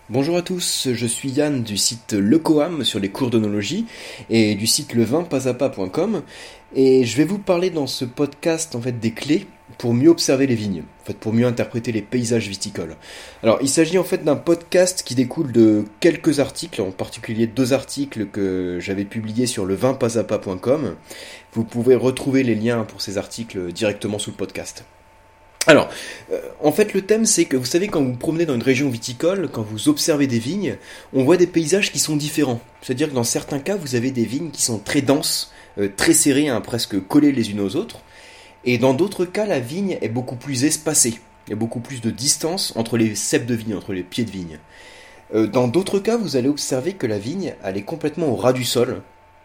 Bonjour à tous, je suis Yann du site Le Coam sur les cours d'onologie et du site levinpasapa.com et je vais vous parler dans ce podcast des clés pour mieux observer les vignes, pour mieux interpréter les paysages viticoles. Alors il s'agit d'un podcast qui découle de quelques articles, en particulier 2 articles que j'avais publiés sur levinpasapa.com. Vous pouvez retrouver les liens pour ces articles directement sous le podcast. Alors, le thème c'est que vous savez quand vous vous promenez dans une région viticole, quand vous observez des vignes, on voit des paysages qui sont différents. C'est-à-dire que dans certains cas, vous avez des vignes qui sont très denses, très serrées, presque collées les unes aux autres. Et dans d'autres cas, la vigne est beaucoup plus espacée. Il y a beaucoup plus de distance entre les ceps de vigne, entre les pieds de vigne. Dans d'autres cas, vous allez observer que la vigne, elle est complètement au ras du sol.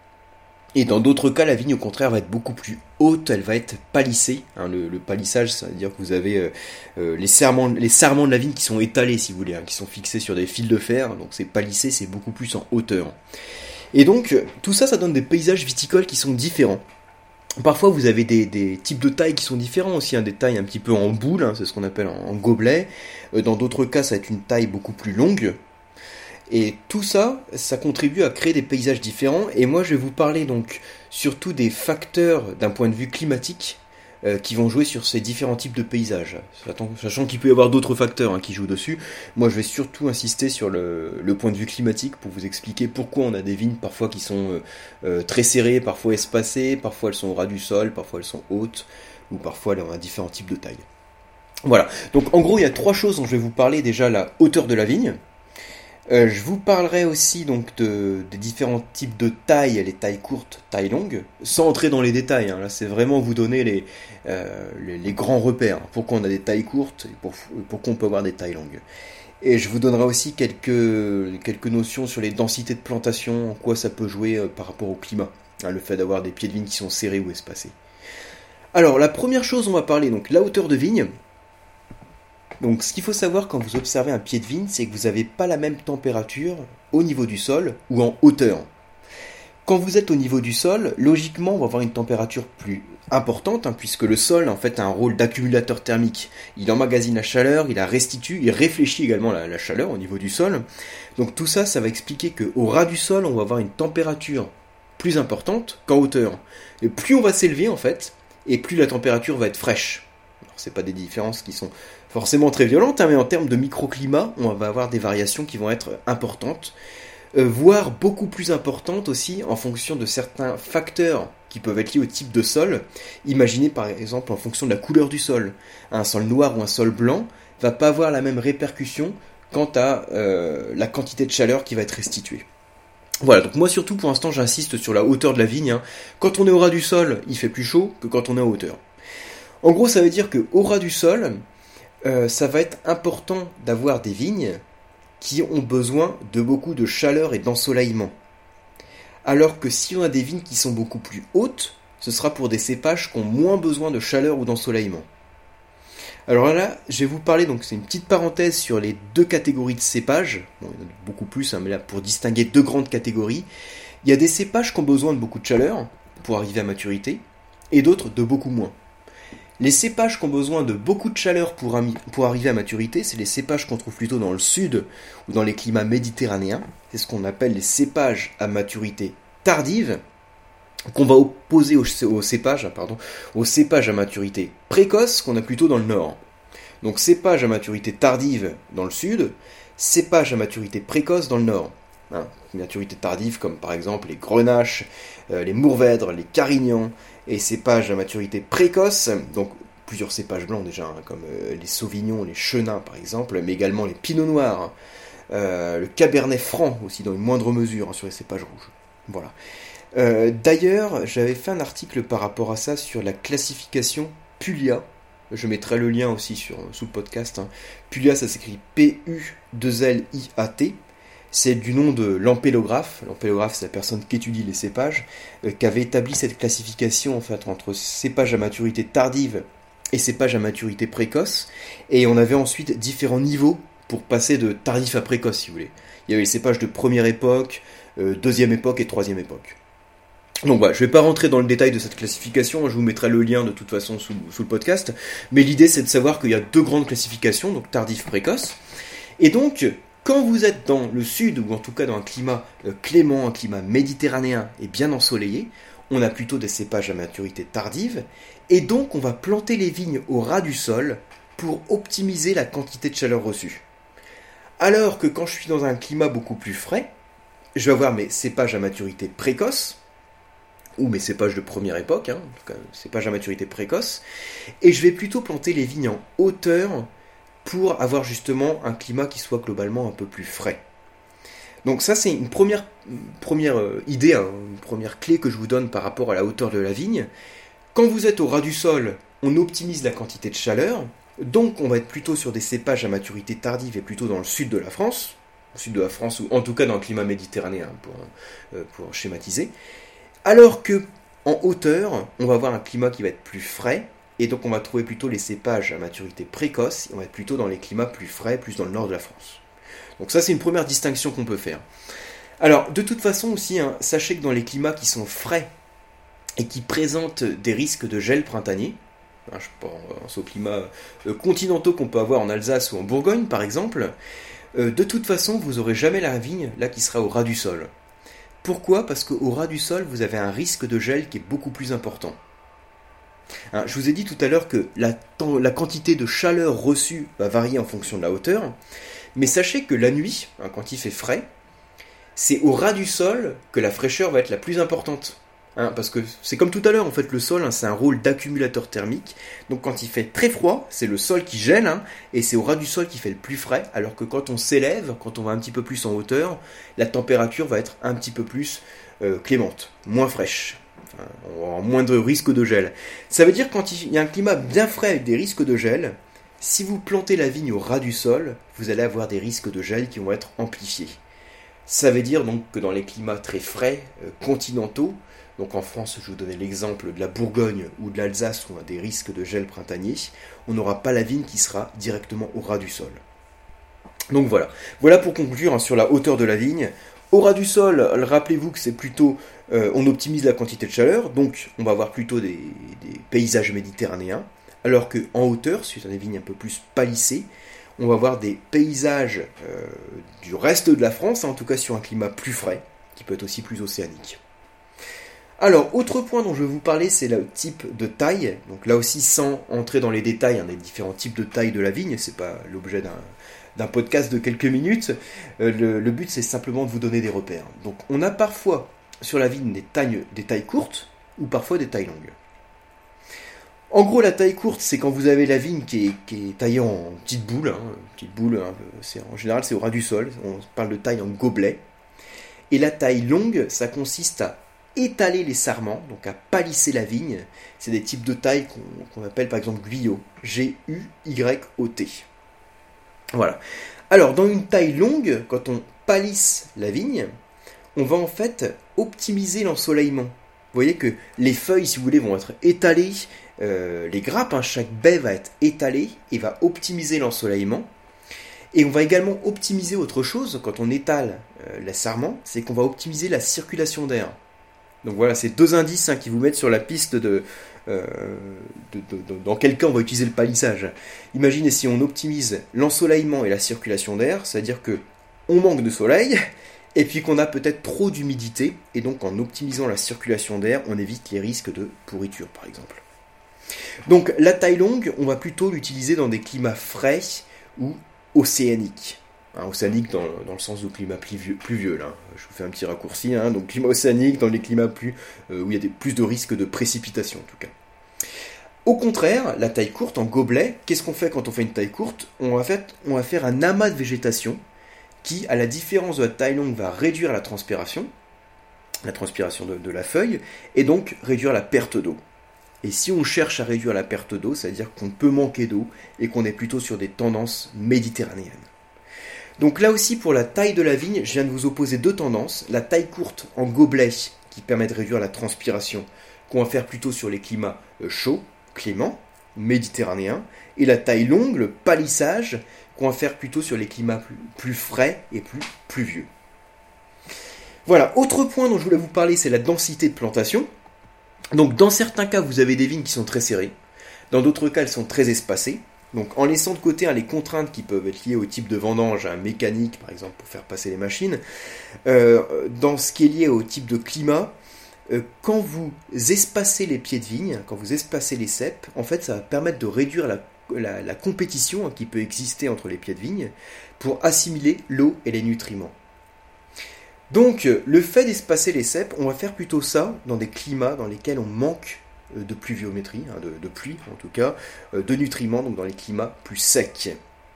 Et dans d'autres cas, la vigne, au contraire, va être beaucoup plus haute, elle va être palissée. Le palissage, ça veut dire que vous avez les sarments de la vigne qui sont étalés, si vous voulez, qui sont fixés sur des fils de fer. Donc c'est palissé, c'est beaucoup plus en hauteur. Et donc, tout ça, ça donne des paysages viticoles qui sont différents. Parfois, vous avez des types de tailles qui sont différents aussi, des tailles un petit peu en boule, c'est ce qu'on appelle en gobelet. Dans d'autres cas, ça va être une taille beaucoup plus longue. Et tout ça, ça contribue à créer des paysages différents. Et moi, je vais vous parler donc surtout des facteurs d'un point de vue climatique qui vont jouer sur ces différents types de paysages. Sachant qu'il peut y avoir d'autres facteurs qui jouent dessus. Moi, je vais surtout insister sur le point de vue climatique pour vous expliquer pourquoi on a des vignes parfois qui sont très serrées, parfois espacées, parfois elles sont au ras du sol, parfois elles sont hautes, ou parfois elles ont différents types de tailles. Voilà. Donc en gros, il y a 3 choses dont je vais vous parler. Déjà, la hauteur de la vigne. Je vous parlerai aussi des différents types de tailles, les tailles courtes, tailles longues, sans entrer dans les détails. Là, c'est vraiment vous donner les grands repères. Pourquoi on a des tailles courtes et pourquoi on peut avoir des tailles longues. Et je vous donnerai aussi quelques notions sur les densités de plantation, en quoi ça peut jouer par rapport au climat. Le fait d'avoir des pieds de vigne qui sont serrés ou espacés. Alors, la première chose, on va parler la hauteur de vigne. Donc ce qu'il faut savoir quand vous observez un pied de vigne, c'est que vous n'avez pas la même température au niveau du sol ou en hauteur. Quand vous êtes au niveau du sol, logiquement on va avoir une température plus importante, puisque le sol a un rôle d'accumulateur thermique. Il emmagasine la chaleur, il la restitue, il réfléchit également la chaleur au niveau du sol. Donc tout ça, ça va expliquer qu'au ras du sol, on va avoir une température plus importante qu'en hauteur. Et plus on va s'élever et plus la température va être fraîche. Alors, c'est pas des différences qui sont forcément très violentes, mais en termes de microclimat, on va avoir des variations qui vont être importantes, voire beaucoup plus importantes aussi en fonction de certains facteurs qui peuvent être liés au type de sol. Imaginez par exemple en fonction de la couleur du sol. Un sol noir ou un sol blanc va pas avoir la même répercussion quant à la quantité de chaleur qui va être restituée. Voilà, donc moi surtout pour l'instant j'insiste sur la hauteur de la vigne. Quand on est au ras du sol, il fait plus chaud que quand on est en hauteur. En gros, ça veut dire qu'au ras du sol, ça va être important d'avoir des vignes qui ont besoin de beaucoup de chaleur et d'ensoleillement. Alors que si on a des vignes qui sont beaucoup plus hautes, ce sera pour des cépages qui ont moins besoin de chaleur ou d'ensoleillement. Alors là, je vais vous parler, c'est une petite parenthèse sur les 2 catégories de cépages. Bon, il y en a beaucoup plus, mais là pour distinguer 2 grandes catégories. Il y a des cépages qui ont besoin de beaucoup de chaleur pour arriver à maturité, et d'autres de beaucoup moins. Les cépages qui ont besoin de beaucoup de chaleur pour arriver à maturité, c'est les cépages qu'on trouve plutôt dans le sud ou dans les climats méditerranéens. C'est ce qu'on appelle les cépages à maturité tardive, qu'on va opposer aux cépages à maturité précoce qu'on a plutôt dans le nord. Donc cépages à maturité tardive dans le sud, cépages à maturité précoce dans le nord. Maturité tardive comme par exemple les grenaches, les mourvèdres, les carignans, et cépages à maturité précoce, donc plusieurs cépages blancs déjà, comme les sauvignons, les chenins par exemple, mais également les pinots noirs, le cabernet franc aussi dans une moindre mesure sur les cépages rouges. Voilà. D'ailleurs, j'avais fait un article par rapport à ça sur la classification Puglia. Je mettrai le lien aussi sous le podcast. Puglia, ça s'écrit P-U-2-L-I-A-T. C'est du nom de l'ampélographe. L'ampélographe, c'est la personne qui étudie les cépages, qui avait établi cette classification entre cépages à maturité tardive et cépages à maturité précoce. Et on avait ensuite différents niveaux pour passer de tardif à précoce, si vous voulez. Il y avait les cépages de première époque, deuxième époque et troisième époque. Donc voilà, je ne vais pas rentrer dans le détail de cette classification, je vous mettrai le lien de toute façon sous le podcast. Mais l'idée, c'est de savoir qu'il y a 2 grandes classifications, donc tardif, précoce. Et donc, Quand vous êtes dans le sud, ou en tout cas dans un climat clément, un climat méditerranéen et bien ensoleillé, on a plutôt des cépages à maturité tardive, et donc on va planter les vignes au ras du sol pour optimiser la quantité de chaleur reçue. Alors que quand je suis dans un climat beaucoup plus frais, je vais avoir mes cépages à maturité précoce, ou mes cépages de première époque, en tout cas cépages à maturité précoce, et je vais plutôt planter les vignes en hauteur pour avoir justement un climat qui soit globalement un peu plus frais. Donc ça c'est une première idée, une première clé que je vous donne par rapport à la hauteur de la vigne. Quand vous êtes au ras du sol, on optimise la quantité de chaleur, donc on va être plutôt sur des cépages à maturité tardive et plutôt dans le sud de la France, ou en tout cas dans le climat méditerranéen pour schématiser. Alors que en hauteur, on va avoir un climat qui va être plus frais, et donc on va trouver plutôt les cépages à maturité précoce, et on va être plutôt dans les climats plus frais, plus dans le nord de la France. Donc ça c'est une première distinction qu'on peut faire. Alors de toute façon aussi, sachez que dans les climats qui sont frais et qui présentent des risques de gel printanier, je pense aux climats continentaux qu'on peut avoir en Alsace ou en Bourgogne par exemple, de toute façon vous n'aurez jamais la vigne là qui sera au ras du sol. Pourquoi ? Parce qu'au ras du sol, vous avez un risque de gel qui est beaucoup plus important. Je vous ai dit tout à l'heure que la quantité de chaleur reçue va varier en fonction de la hauteur, mais sachez que la nuit, quand il fait frais, c'est au ras du sol que la fraîcheur va être la plus importante. Parce que c'est comme tout à l'heure, en fait, le sol, c'est un rôle d'accumulateur thermique. Donc quand il fait très froid, c'est le sol qui gèle, et c'est au ras du sol qui fait le plus frais, alors que quand on s'élève, quand on va un petit peu plus en hauteur, la température va être un petit peu plus clémente, moins fraîche. On aura moins de risque de gel. Ça veut dire que quand il y a un climat bien frais avec des risques de gel, si vous plantez la vigne au ras du sol, vous allez avoir des risques de gel qui vont être amplifiés. Ça veut dire donc que dans les climats très frais, continentaux, donc en France, je vous donnais l'exemple de la Bourgogne ou de l'Alsace où on a des risques de gel printanier, on n'aura pas la vigne qui sera directement au ras du sol. Donc voilà. Voilà pour conclure sur la hauteur de la vigne. Au ras du sol, rappelez-vous que c'est plutôt, on optimise la quantité de chaleur, donc on va avoir plutôt des paysages méditerranéens, alors qu'en hauteur, si on a des vignes un peu plus palissées, on va avoir des paysages du reste de la France, en tout cas sur un climat plus frais, qui peut être aussi plus océanique. Alors, autre point dont je vais vous parler, c'est le type de taille. Donc là aussi, sans entrer dans les détails des différents types de taille de la vigne, c'est pas l'objet d'un podcast de quelques minutes. Le but, c'est simplement de vous donner des repères. Donc, on a parfois sur la vigne des tailles courtes ou parfois des tailles longues. En gros, la taille courte, c'est quand vous avez la vigne qui est taillée en petites boules. En général, c'est au ras du sol. On parle de taille en gobelet. Et la taille longue, ça consiste à étaler les sarments, donc à palisser la vigne. C'est des types de tailles qu'on appelle par exemple Guyot, G-U-Y-O-T. Voilà. Alors, dans une taille longue, quand on palisse la vigne, on va en fait optimiser l'ensoleillement. Vous voyez que les feuilles, si vous voulez, vont être étalées, les grappes, chaque baie va être étalée et va optimiser l'ensoleillement. Et on va également optimiser autre chose quand on étale les sarments, c'est qu'on va optimiser la circulation d'air. Donc voilà, c'est deux indices qui vous mettent sur la piste dans quel cas on va utiliser le palissage. Imaginez si on optimise l'ensoleillement et la circulation d'air, c'est-à-dire que on manque de soleil, et puis qu'on a peut-être trop d'humidité, et donc en optimisant la circulation d'air, on évite les risques de pourriture par exemple. Donc la taille longue, on va plutôt l'utiliser dans des climats frais ou océaniques. Océanique dans le sens du climat pluvieux là. Je vous fais un petit raccourci, donc climat océanique dans les climats où il y a plus de risques de précipitation en tout cas. Au contraire, la taille courte en gobelet, qu'est-ce qu'on fait quand on fait une taille courte ? On va faire un amas de végétation qui, à la différence de la taille longue, va réduire la transpiration de la feuille, et donc réduire la perte d'eau. Et si on cherche à réduire la perte d'eau, c'est-à-dire qu'on peut manquer d'eau et qu'on est plutôt sur des tendances méditerranéennes. Donc là aussi, pour la taille de la vigne, je viens de vous opposer deux tendances. La taille courte en gobelet, qui permet de réduire la transpiration, qu'on va faire plutôt sur les climats chauds, cléments, méditerranéens, et la taille longue, le palissage, qu'on va faire plutôt sur les climats plus frais et plus pluvieux. Voilà, autre point dont je voulais vous parler, c'est la densité de plantation. Donc dans certains cas, vous avez des vignes qui sont très serrées, dans d'autres cas, elles sont très espacées. Donc en laissant de côté les contraintes qui peuvent être liées au type de vendange, mécanique par exemple pour faire passer les machines, dans ce qui est lié au type de climat, quand vous espacez les pieds de vigne, quand vous espacez les ceps, en fait ça va permettre de réduire la compétition qui peut exister entre les pieds de vigne pour assimiler l'eau et les nutriments. Donc le fait d'espacer les ceps, on va faire plutôt ça dans des climats dans lesquels on manque de pluviométrie, de pluie en tout cas, de nutriments, donc dans les climats plus secs.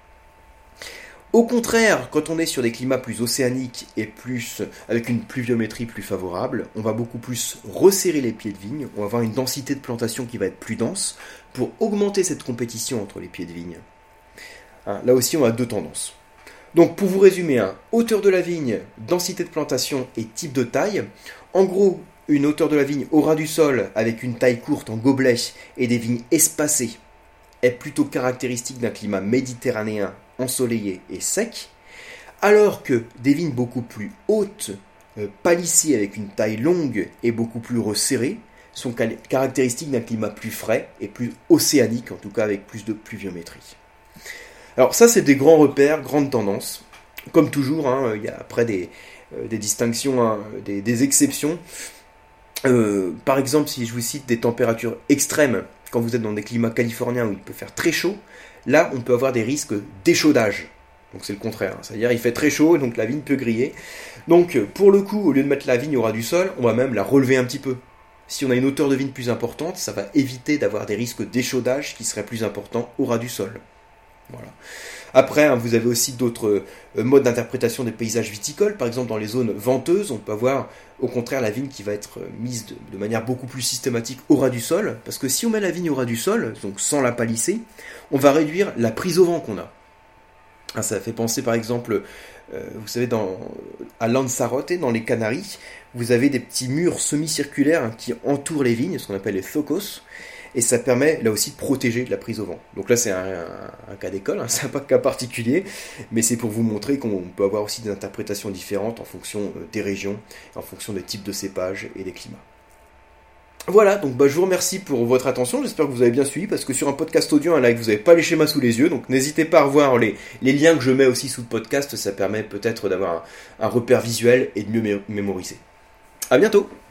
Au contraire, quand on est sur des climats plus océaniques et avec une pluviométrie plus favorable, on va beaucoup plus resserrer les pieds de vigne, on va avoir une densité de plantation qui va être plus dense pour augmenter cette compétition entre les pieds de vigne. Là aussi, on a deux tendances. Donc pour vous résumer, hauteur de la vigne, densité de plantation et type de taille. En gros, une hauteur de la vigne au ras du sol avec une taille courte en gobelet et des vignes espacées est plutôt caractéristique d'un climat méditerranéen ensoleillé et sec, alors que des vignes beaucoup plus hautes, palissées avec une taille longue et beaucoup plus resserrées, sont caractéristiques d'un climat plus frais et plus océanique, en tout cas avec plus de pluviométrie. Alors ça c'est des grands repères, grandes tendances. Comme toujours, il y a après des distinctions, des exceptions. Par exemple, si je vous cite des températures extrêmes, quand vous êtes dans des climats californiens où il peut faire très chaud, là on peut avoir des risques d'échaudage. Donc c'est le contraire, c'est-à-dire il fait très chaud et donc la vigne peut griller. Donc pour le coup, au lieu de mettre la vigne au ras du sol, on va même la relever un petit peu. Si on a une hauteur de vigne plus importante, ça va éviter d'avoir des risques d'échaudage qui seraient plus importants au ras du sol. Voilà. Après, vous avez aussi d'autres modes d'interprétation des paysages viticoles. Par exemple, dans les zones venteuses, on peut avoir au contraire la vigne qui va être mise de manière beaucoup plus systématique au ras du sol. Parce que si on met la vigne au ras du sol, donc sans la palisser, on va réduire la prise au vent qu'on a. Ça fait penser par exemple, vous savez, à Lanzarote, dans les Canaries, vous avez des petits murs semi-circulaires qui entourent les vignes, ce qu'on appelle les zocos. Et ça permet là aussi de protéger de la prise au vent. Donc là c'est un cas d'école, c'est pas un cas particulier, mais c'est pour vous montrer qu'on peut avoir aussi des interprétations différentes en fonction des régions, en fonction des types de cépages et des climats. Voilà, donc je vous remercie pour votre attention, j'espère que vous avez bien suivi, parce que sur un podcast audio, un live, vous n'avez pas les schémas sous les yeux, donc n'hésitez pas à revoir les liens que je mets aussi sous le podcast, ça permet peut-être d'avoir un repère visuel et de mieux mémoriser. À bientôt!